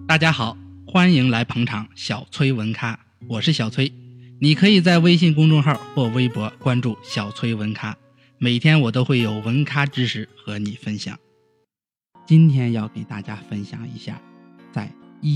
大家好，欢迎来捧场小崔文咖，我是小崔。你可以在微信公众号或微博关注小崔文咖，每天我都会有文咖知识和你分享。今天要给大家分享一下在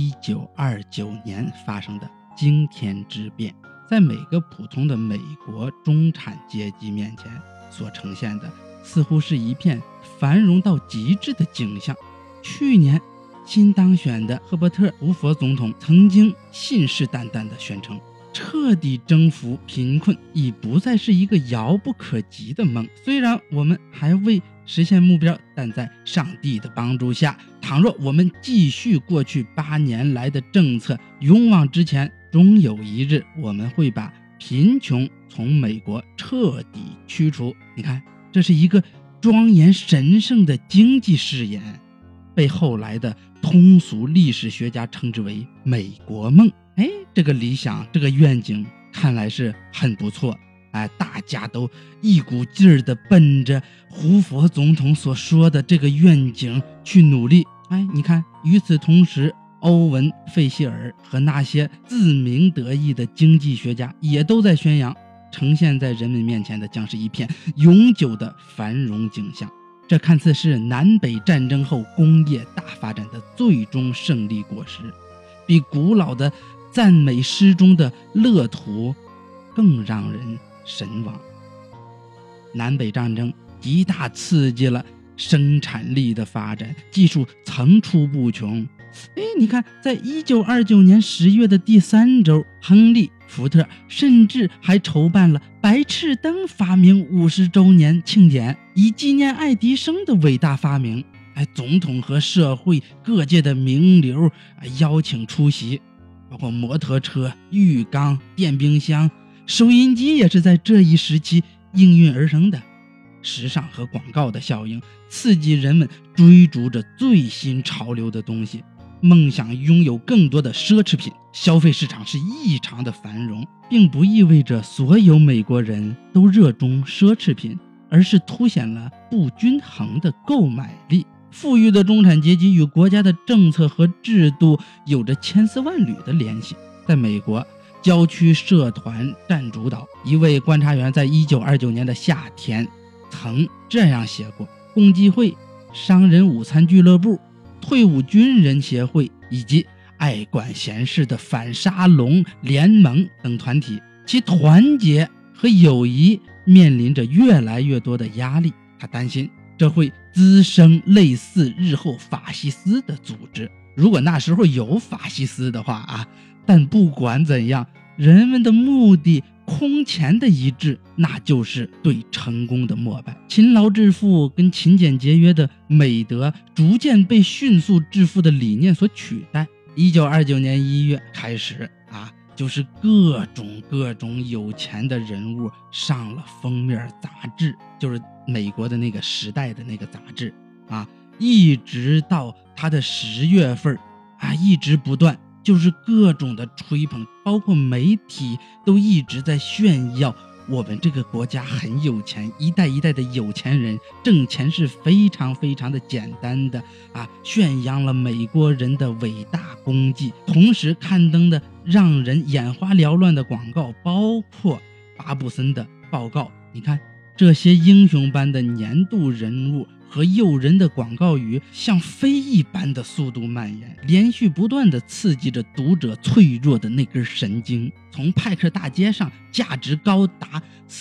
1929年发生的惊天之变，在每个普通的美国中产阶级面前所呈现的似乎是一片繁荣到极致的景象。去年新当选的赫伯特·胡佛总统曾经信誓旦旦地宣称，彻底征服贫困已不再是一个遥不可及的梦。虽然我们还未实现目标，但在上帝的帮助下，倘若我们继续过去8年来的政策，勇往直前，终有一日我们会把贫穷从美国彻底驱除。你看，这是一个庄严神圣的经济誓言，被后来的通俗历史学家称之为美国梦。这个理想，这个愿景看来是很不错，大家都一股劲儿地奔着胡佛总统所说的这个愿景去努力。你看，与此同时，欧文·费希尔和那些自鸣得意的经济学家也都在宣扬，呈现在人们面前的将是一片永久的繁荣景象。这看似是南北战争后工业大发展的最终胜利果实，比古老的赞美诗中的乐土更让人神往。南北战争极大刺激了生产力的发展，技术层出不穷。你看，在1929年10月的第3周，亨利·福特甚至还筹办了白炽灯发明50周年庆典，以纪念爱迪生的伟大发明。总统和社会各界的名流邀请出席，包括摩托车、浴缸、电冰箱、收音机也是在这一时期应运而生的。时尚和广告的效应刺激人们追逐着最新潮流的东西，梦想拥有更多的奢侈品，消费市场是异常的繁荣，并不意味着所有美国人都热衷奢侈品，而是凸显了不均衡的购买力。富裕的中产阶级与国家的政策和制度有着千丝万缕的联系。在美国，郊区社团占主导。一位观察员在1929年的夏天曾这样写过：共济会、商人午餐俱乐部、退伍军人协会以及爱管闲事的反沙龙联盟等团体，其团结和友谊面临着越来越多的压力。他担心这会滋生类似日后法西斯的组织，如果那时候有法西斯的话但不管怎样，人们的目的空前的一致，那就是对成功的膜拜。勤劳致富跟勤俭节约的美德逐渐被迅速致富的理念所取代。1929年1月开始就是各种有钱的人物上了封面杂志，就是美国的那个时代的那个杂志一直到他的10月份一直不断，就是各种的吹捧，包括媒体都一直在炫耀我们这个国家很有钱，一代一代的有钱人挣钱是非常非常的简单的宣扬了美国人的伟大功绩。同时刊登的让人眼花缭乱的广告，包括巴布森的报告。你看，这些英雄般的年度人物和诱人的广告语像飞一般的速度蔓延，连续不断地刺激着读者脆弱的那根神经。从派克大街上价值高达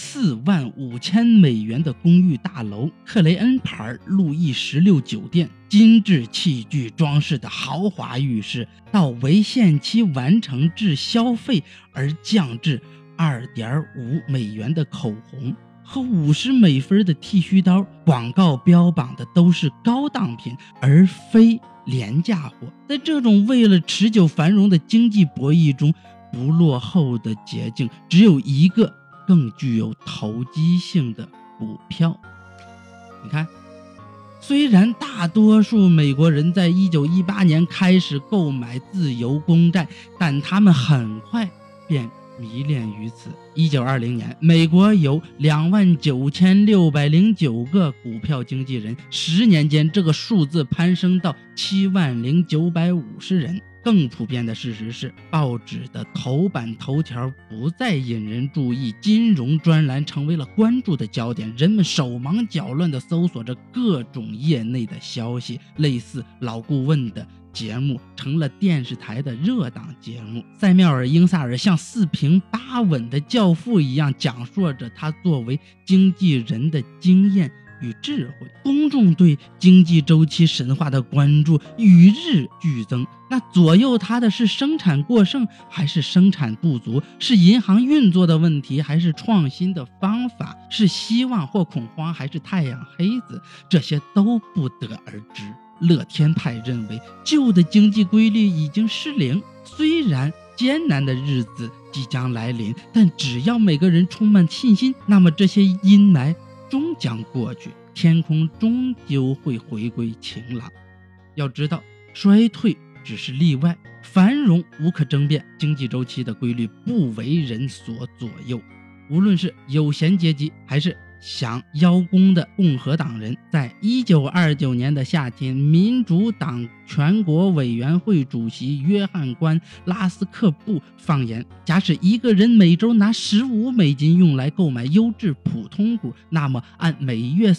$45,000的公寓大楼，克雷恩牌路易16酒店，精致器具装饰的豪华浴室，到为限期完成至消费而降至$2.5的口红和50美分的剃须刀，广告标榜的都是高档品而非廉价货。在这种为了持久繁荣的经济博弈中，不落后的捷径只有一个更具有投机性的股票。你看，虽然大多数美国人在1918年开始购买自由公债，但他们很快便迷恋于此。1920年，美国有29,609个股票经纪人，10年间这个数字攀升到70950人。 更普遍的事实是，报纸的头版头条不再引人注意，金融专栏成为了关注的焦点，人们手忙脚乱地搜索着各种业内的消息，类似老顾问的节目成了电视台的热档节目。塞缪尔·英萨尔像四平八稳的教父一样讲述着他作为经纪人的经验与智慧，公众对经济周期神话的关注与日俱增。那左右它的是生产过剩还是生产不足？是银行运作的问题还是创新的方法？是希望或恐慌还是太阳黑子？这些都不得而知。乐天派认为旧的经济规律已经失灵，虽然艰难的日子即将来临，但只要每个人充满信心，那么这些阴霾终将过去，天空终究会回归晴朗。要知道，衰退只是例外，繁荣无可争辩，经济周期的规律不为人所左右。无论是有闲阶级还是想邀功的共和党人，在1929年的夏天，民主党全国委员会主席约翰关拉斯克布放言，假使一个人每周拿$15用来购买优质普通股，那么按每月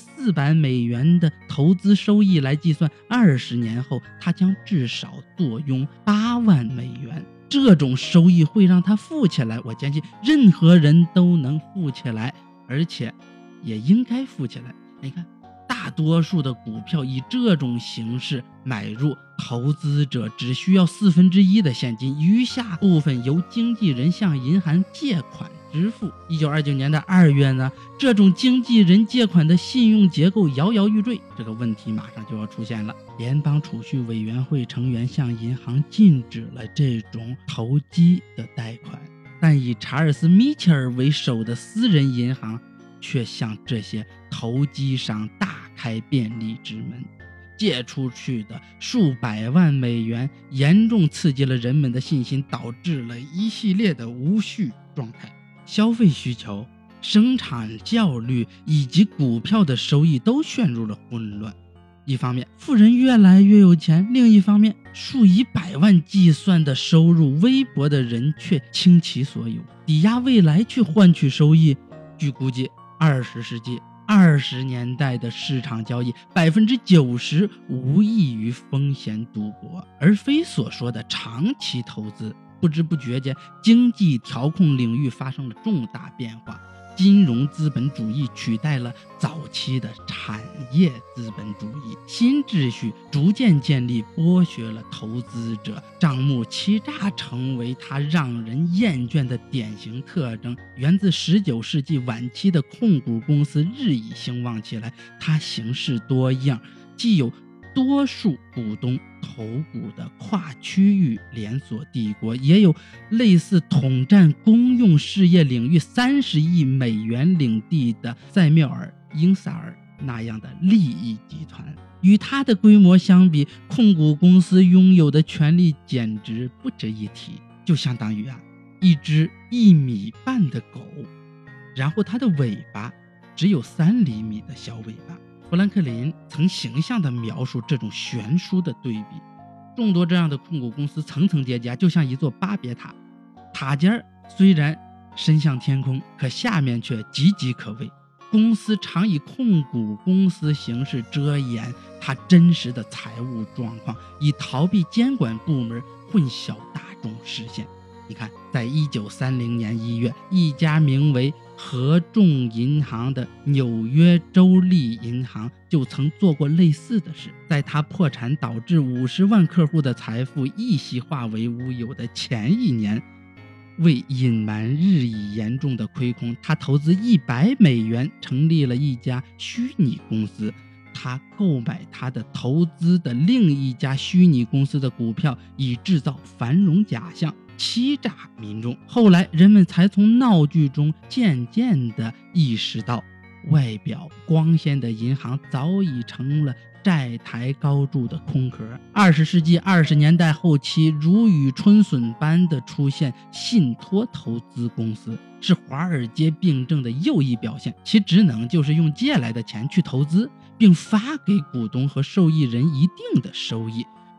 $400的投资收益来计算，20年后他将至少坐拥$8万。这种收益会让他富起来，我坚信任何人都能富起来，而且也应该富起来。你看，大多数的股票以这种形式买入，投资者只需要1/4的现金，余下部分由经纪人向银行借款支付。1929年的2月呢，这种经纪人借款的信用结构摇摇欲坠，这个问题马上就要出现了。联邦储蓄委员会成员向银行禁止了这种投机的贷款，但以查尔斯·米切尔为首的私人银行却向这些投机商大开便利之门，借出去的数百万美元严重刺激了人们的信心，导致了一系列的无序状态。消费需求、生产效率以及股票的收益都陷入了混乱。一方面，富人越来越有钱；另一方面，数以百万计算的收入微薄的人却倾其所有，抵押未来去换取收益。据估计，20世纪20年代的市场交易90%无异于风险赌博，而非所说的长期投资。不知不觉间，经济调控领域发生了重大变化，金融资本主义取代了早期的产业资本主义，新秩序逐渐建立，剥削了投资者，账目欺诈成为它让人厌倦的典型特征。源自19世纪晚期的控股公司日益兴旺起来，它形式多样，既有多数股东投股的跨区域连锁帝国，也有类似统战公用事业领域30亿美元领地的塞缪尔·英萨尔那样的利益集团。与它的规模相比，控股公司拥有的权力简直不值一提，就相当于一只1.5米的狗，然后它的尾巴只有3厘米的小尾巴。富兰克林曾形象地描述这种悬殊的对比，众多这样的控股公司层层叠加，就像一座巴别塔，塔尖虽然伸向天空，可下面却岌岌可危。公司常以控股公司形式遮掩它真实的财务状况，以逃避监管部门，混淆大众视线。你看，在1930年1月，一家名为合众银行的纽约州立银行就曾做过类似的事。在他破产导致50万客户的财富一夕化为乌有的前一年，为隐瞒日益严重的亏空，他投资$100million成立了一家虚拟公司。他购买他的投资的另一家虚拟公司的股票，以制造繁荣假象，欺诈民众。后来人们才从闹剧中渐渐地意识到，外表光鲜的银行早已成了债台高筑的空壳。20世纪20年代后期，如雨春笋般的出现信托投资公司，是华尔街病症的又一表现。其职能就是用借来的钱去投资，并发给股东和受益人一定的收益。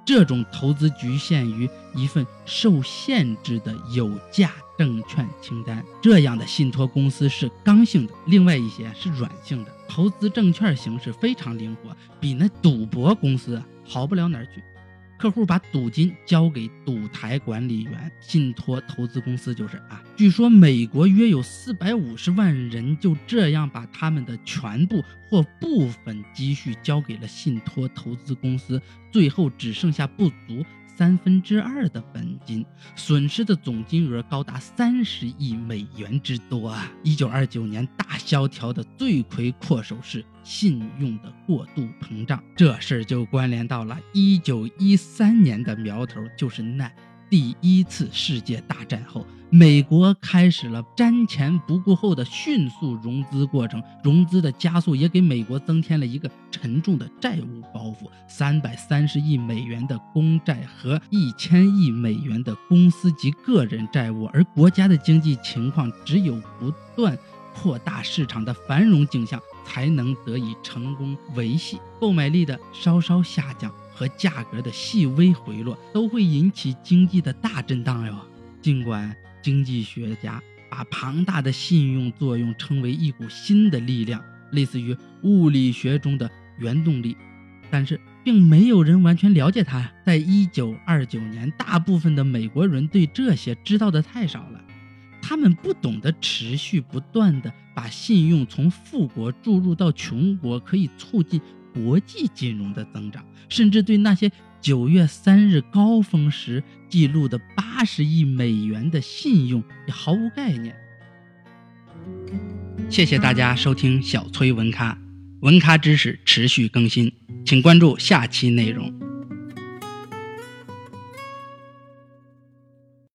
这种投资局限于一份受限制的有价证券清单，这样的信托公司是刚性的，另外一些是软性的。投资证券形式非常灵活，比那赌博公司好不了哪儿去。客户把赌金交给赌台管理员，信托投资公司就是据说美国约有450万人就这样把他们的全部或部分积蓄交给了信托投资公司，最后只剩下不足2/3的本金，损失的总金额高达30亿美元之多1929年大萧条的罪魁祸首是信用的过度膨胀，这事就关联到了1913年的苗头，就是那第一次世界大战后，美国开始了瞻前不顾后的迅速融资过程，融资的加速也给美国增添了一个沉重的债务包袱，330亿美元的公债和1000亿美元的公司及个人债务，而国家的经济情况只有不断扩大市场的繁荣景象才能得以成功维系，购买力的稍稍下降和价格的细微回落都会引起经济的大震荡哟。尽管经济学家把庞大的信用作用称为一股新的力量，类似于物理学中的原动力，但是并没有人完全了解它。在1929年，大部分的美国人对这些知道的太少了，他们不懂得持续不断的把信用从富国注入到穷国可以促进国际金融的增长，甚至对那些9月3日高峰时记录的80亿美元的信用也毫无概念。谢谢大家收听小崔文咖，文咖知识持续更新，请关注下期内容。